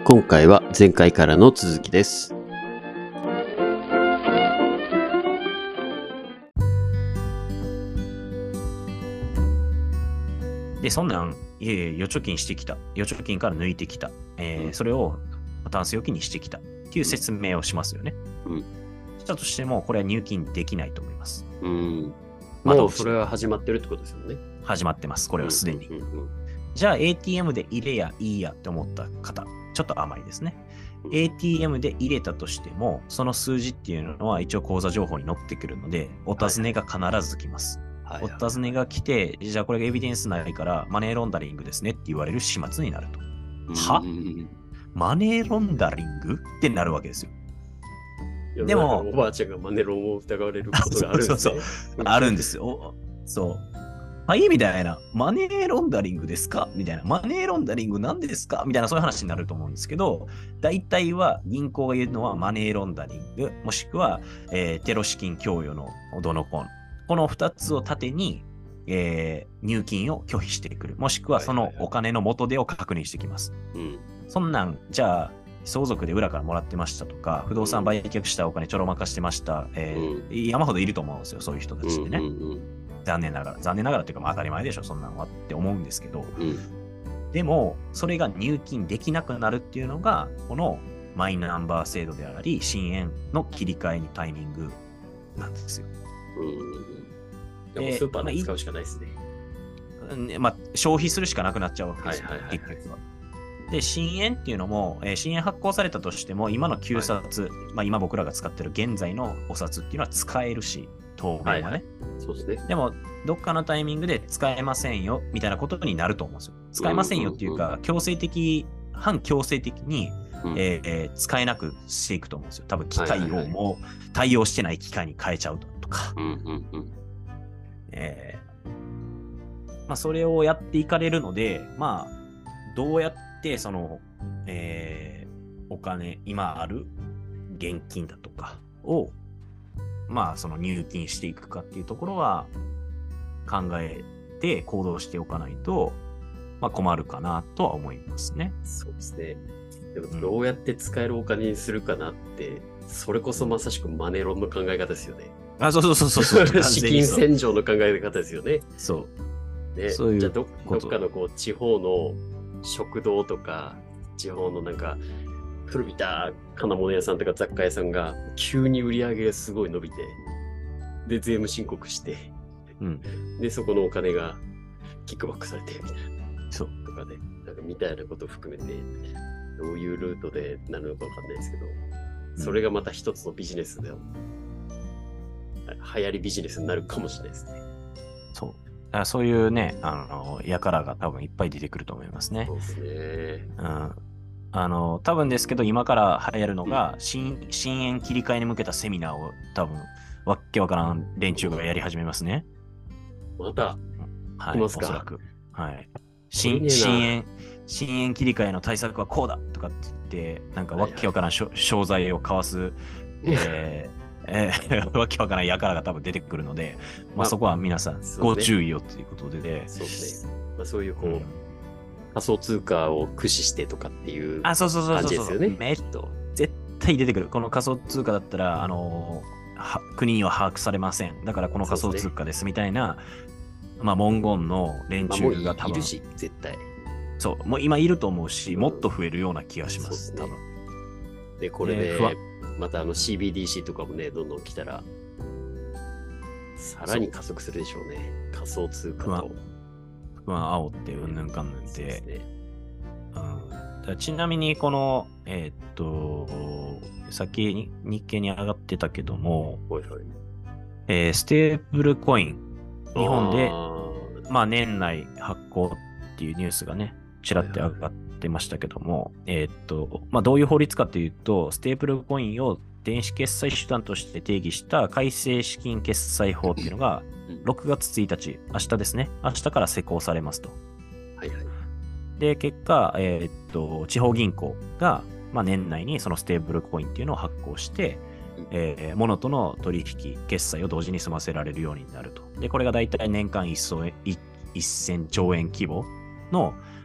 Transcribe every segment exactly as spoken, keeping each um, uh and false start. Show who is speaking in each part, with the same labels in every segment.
Speaker 1: 今回は前回からの続きです。
Speaker 2: で、そんなん、いえいえ、預貯金してきた。預貯金から抜いてきた。えーうん、それをタンス預金にしてきたっていう説明をしますよね。うん。したとしても、これは入金できないと思います。
Speaker 1: うん。もうそれは始まってるってことですよね。
Speaker 2: 始まってます。これはすでに。うんうんうんうん、じゃあ エーティーエム で入れやいいやって思った方、ちょっと甘いですね。うん、エーティーエム で入れたとしても、その数字っていうのは一応口座情報に載ってくるので、お尋ねが必ず来ます。はいはい、お尋ねが来て、じゃあこれがエビデンスないからマネーロンダリングですねって言われる始末になると。はマネーロンダリングってなるわけですよ。
Speaker 1: でも、おばあちゃんがマネロンを疑われることがあるんですね。そうそう
Speaker 2: そうあるんですよ。そう。はい、みたいな。マネーロンダリングですかみたいな。マネーロンダリングなんでですかみたいな、そういう話になると思うんですけど、大体は銀行が言うのはマネーロンダリング、もしくは、えー、テロ資金供与のどのコン。このふたつを盾に、えー、入金を拒否してくる。もしくはそのお金の元手を確認してきます。はいはいはい、そんなん、じゃあ、相続で裏からもらってましたとか、不動産売却したお金ちょろまかしてました、えーうん、山ほどいると思うんですよ、そういう人たちってね。うんうんうん、残念ながら、残念ながらっていうか、まあ当たり前でしょ、そんなのはって思うんですけど、うん、でも、それが入金できなくなるっていうのが、このマイナンバー制度であり、新円の切り替えのタイミングなんですよ。
Speaker 1: うん、でもスーパーで使うしかないですね。
Speaker 2: まあ、消費するしかなくなっちゃうわけですよ、はいはいはいはい、結局は。で、新円っていうのも、えー、新円発行されたとしても、今の旧札、はい、まあ今僕らが使ってる現在のお札っていうのは使えるし、当面はね、はいはい。そうですね。でも、どっかのタイミングで使えませんよ、みたいなことになると思うんですよ。使えませんよっていうか、うんうんうん、強制的、反強制的に、うんえー、使えなくしていくと思うんですよ。多分、機械をもう対応してない機械に変えちゃうとか。うんうんうんえーまあ、それをやっていかれるので、まあ、どうやってその、えー、お金、今ある現金だとかを、まあ、その入金していくかっていうところは考えて行動しておかないと、まあ、困るかなとは思いますね。
Speaker 1: そうですね。でもどうやって使えるお金にするかなって、うん、それこそまさしくマネロンの考え方ですよね。
Speaker 2: あ、そうそうそうそうそう。
Speaker 1: 資金洗浄の考え方ですよね。
Speaker 2: そう。
Speaker 1: ね、そういうじゃあ ど, どっかのこう地方の食堂とか地方のなんか古びた金物屋さんとか雑貨屋さんが急に売り上げがすごい伸びて、で税務申告して、うん、でそこのお金がキックバックされてみたいな、そうとかね、なんかみたいなことを含めてどういうルートでなるのかわかんないですけど、うん、それがまた一つのビジネスで、流行りビジネスになるかもしれないですね。
Speaker 2: そう。あそういうね、あの、やからが多分いっぱい出てくると思いますね。
Speaker 1: そうですね。
Speaker 2: うん。あの、多分ですけど、今から流行るのが、うん、新、新円切り替えに向けたセミナーを多分、わっけわからん連中がやり始めますね。
Speaker 1: また、
Speaker 2: はい、おそらく。はい。新、新円、新円切り替えの対策はこうだとかって言って、なんかわっけわからん商材を交わす、えーえー、わけわからないやからが多分出てくるので、まあ、そこは皆さんご注意をということで、ね、
Speaker 1: そうですね。まあ、そういうこう、うん、仮想通貨を駆使してとかっていう感じですよね。
Speaker 2: めっと絶対出てくる。この仮想通貨だったら、あのー、国には把握されません。だからこの仮想通貨ですみたいな、ね、まあ文言の連中が多分、まあ、
Speaker 1: いるし、絶対。
Speaker 2: そう、もう今いると思うし、もっと増えるような気がします。うん、多分。
Speaker 1: で、これで、ね、またあの シービーディーシー とかもね、どんどん来たら、さらに加速するでしょうね。仮想通貨と。
Speaker 2: 不安煽ってうんぬんかんぬんって。ねうん、ちなみに、この、えー、っと、さっきに日経に上がってたけども、はいはいえー、ステーブルコイン、日本で、まあ年内発行っていうニュースがね、ちらって上がって、出ましたけども、えーっとまあ、どういう法律かというと、ステーブルコインを電子決済手段として定義した改正資金決済法っていうのがろくがつついたち、明日ですね、明日から施行されますと。はいはい、で、結果、えーっと、地方銀行が、まあ、年内にそのステーブルコインっていうのを発行して、えー、物との取引、決済を同時に済ませられるようになると。で、これがだいたい年間せんちょうえん規模の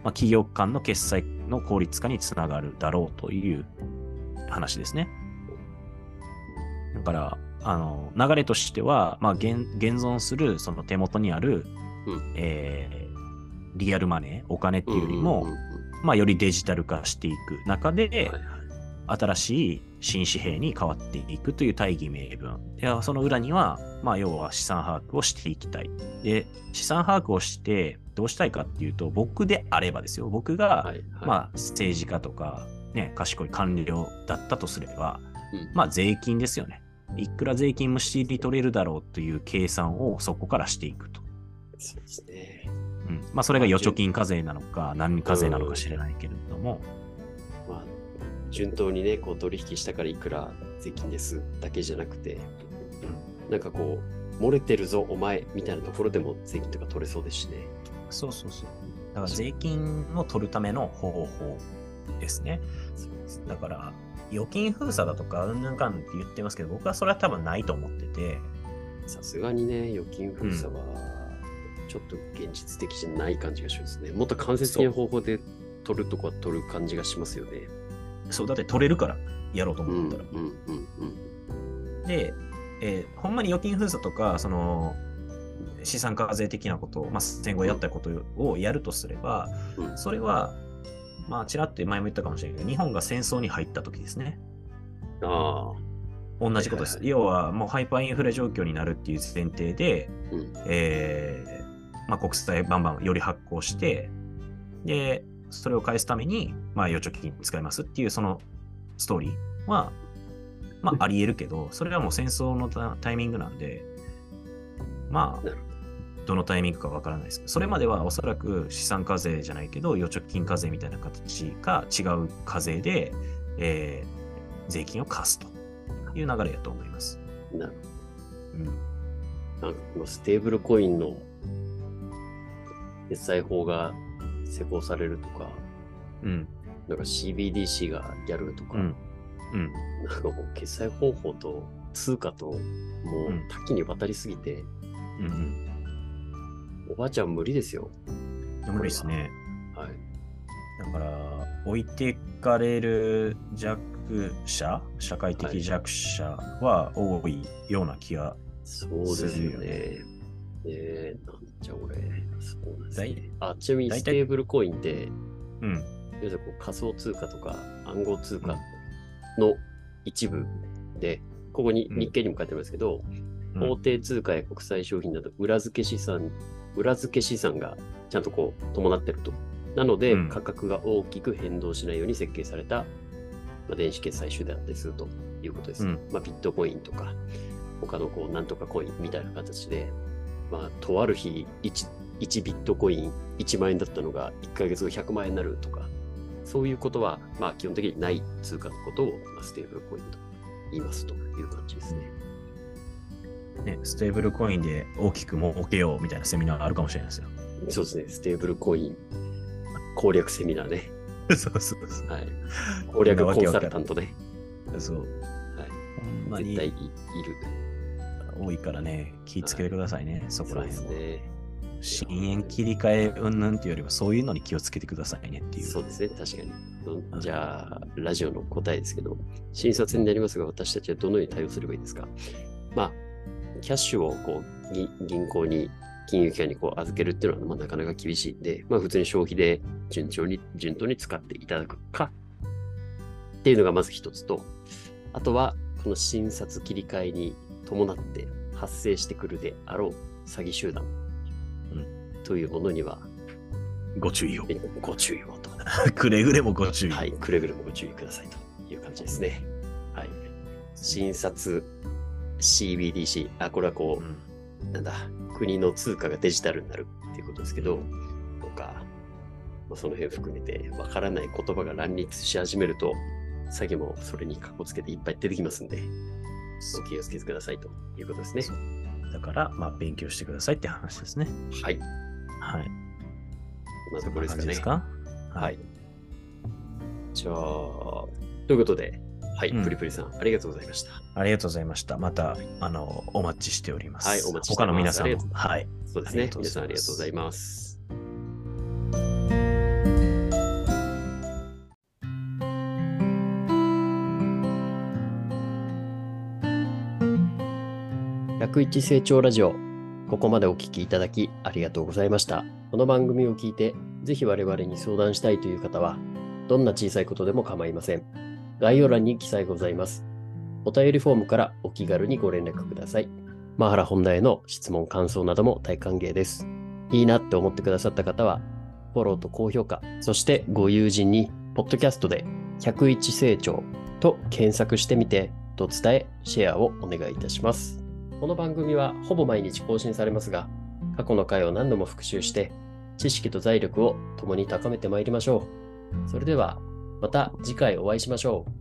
Speaker 2: まあ、企業間の決済の効率化につながるだろうという話ですね。だから、あの流れとしては、まあ、現, 現存するその手元にある、
Speaker 1: うん
Speaker 2: えーリアルマネー、お金っていうよりも、
Speaker 1: うんうんうん
Speaker 2: まあ、よりデジタル化していく中で、
Speaker 1: はいはい、
Speaker 2: 新しい新紙幣に変わっていくという大義名分。いや、その裏には、まあ、要は資産把握をしていきたい。で、資産把握をしてどうしたいかっていうと、僕であればですよ、僕が、
Speaker 1: はいはい、
Speaker 2: まあ、政治家とか、ね、賢い官僚だったとすれば、
Speaker 1: うん
Speaker 2: まあ、税金ですよね。いくら税金むしり取れるだろうという計算をそこからしていくと。
Speaker 1: そうですね。
Speaker 2: うん、まあ、それが預貯金課税なのか、何課税なのか知らないけれども、
Speaker 1: まあ、順当にね、こう取引したからいくら税金ですだけじゃなくて、なんかこう、漏れてるぞ、お前みたいなところでも税金とか取れそうですしね。
Speaker 2: そうそうそう。だから税金を取るための方法ですね。だから、預金封鎖だとか、うんぬんかんって言ってますけど、僕はそれは多分ないと思ってて。
Speaker 1: さすがにね、預金封鎖は、ちょっと現実的じゃない感じがしますね。もっと間接的な方法で取るとこは取る感じがしますよね。
Speaker 2: そう、だって取れるから、やろうと思ったら。
Speaker 1: うんうんうんうん、
Speaker 2: で、えー、ほんまに預金封鎖とか、その、資産課税的なことを、まあ、戦後やったことをやるとすれば、うん、それは、まあ、ちらっと前も言ったかもしれないけど、日本が戦争に入った時ですね。
Speaker 1: ああ。
Speaker 2: 同じことです。はいはいはい、要は、もうハイパーインフレ状況になるっていう前提で、
Speaker 1: うん、
Speaker 2: えー、まあ、国債バンバンより発行して、で、それを返すために、まあ、預貯金使いますっていうそのストーリーは、まあ、あり得るけど、それはもう戦争のタイミングなんで、まあ、どのタイミングかわからないですけど、それまではおそらく資産課税じゃないけど、預貯金課税みたいな形か違う課税で、えー、税金を課すという流れだと思います。
Speaker 1: なるほど。うん。なんかこのステーブルコインの決済法が施行されるとか、
Speaker 2: うん、
Speaker 1: なんか シービーディーシー がやるとか、
Speaker 2: うんうん、
Speaker 1: なんかもう決済方法と通貨ともう多岐にわたりすぎて、
Speaker 2: うんうん、
Speaker 1: おばあちゃん無理ですよ。
Speaker 2: 無理ですね。
Speaker 1: はい。
Speaker 2: だから置いてかれる弱者、社会的弱者は多いような気がするよね。
Speaker 1: そうですよね。えー、なんじゃ俺、そうなんですね。あ、ちなみにステーブルコインって、
Speaker 2: うん、
Speaker 1: 要するにこう仮想通貨とか暗号通貨の一部で、ここに日経にも書いてますけど、うん、法定通貨や国際商品など裏付け資産、裏付け資産がちゃんとこう伴ってると。なので、うん、価格が大きく変動しないように設計された、まあ、電子決済手段ですということです。うん、まあ、ビットコインとか、他のこうなんとかコインみたいな形で、まあ、とある日 1, いちビットコインいちまん円だったのがいっかげつごひゃくまん円になるとか、そういうことは、まあ、基本的にない通貨のことを、まあ、ステーブルコインと言いますという感じですね。
Speaker 2: ね、ステーブルコインで大きく儲けようみたいなセミナーあるかもしれないですよ。
Speaker 1: そうですね、ステーブルコイン攻略セミナーね。
Speaker 2: そうそうそう。
Speaker 1: はい。攻略コンサルタントね。
Speaker 2: そう。はい。
Speaker 1: ほんまに絶対いる。
Speaker 2: 多いからね、気をつけてくださいね、はい、そこら辺は。
Speaker 1: そうですね。
Speaker 2: 深淵切り替えうんぬんっていうよりは、そういうのに気をつけてくださいねっていう。
Speaker 1: そうですね、確かに。じゃあ、ラジオの答えですけど、診察になりますが、私たちはどのように対応すればいいですか？まあ、キャッシュをこう銀行に、金融機関にこう預けるっていうのは、まあ、なかなか厳しいんで、まあ、普通に消費で順調に、順当に使っていただくかっていうのがまず一つと、あとは、この診察切り替えに伴って発生してくるであろう詐欺集団、うん、というものには
Speaker 2: ご注意を。
Speaker 1: ご注意をと。
Speaker 2: くれぐれもご注意。
Speaker 1: はい、くれぐれもご注意くださいという感じですね。はい。診察 シービーディーシー、あ、これはこう、うん、なんだ、国の通貨がデジタルになるっていうことですけど、とか、まあ、その辺含めてわからない言葉が乱立し始めると、詐欺もそれにかこつけていっぱい出てきますんで、お気をつけてくださいということですね。
Speaker 2: だから、まあ、勉強してくださいって話ですね。
Speaker 1: はい。
Speaker 2: はい。
Speaker 1: まずこれですかね。
Speaker 2: ですか？
Speaker 1: はい。じゃあ、ということで、はい、うん、プリプリさん、ありがとうございました。
Speaker 2: ありがとうございました。また、あの、お待ちしております。
Speaker 1: はい、お待ちしております。
Speaker 2: 他の皆さんも、はい。
Speaker 1: そうですね。皆さんありがとうございます。 ひゃくいち成長ラジオ。ここまでお聞きいただきありがとうございました。この番組を聞いて、ぜひ我々に相談したいという方は、どんな小さいことでも構いません。概要欄に記載ございます。お便りフォームからお気軽にご連絡ください。マハラ本題への質問、感想なども大歓迎です。いいなって思ってくださった方は、フォローと高評価、そしてご友人に、ポッドキャストでひゃくいち成長と検索してみて、と伝え、シェアをお願いいたします。この番組はほぼ毎日更新されますが、過去の回を何度も復習して、知識と財力を共に高めてまいりましょう。それでは、また次回お会いしましょう。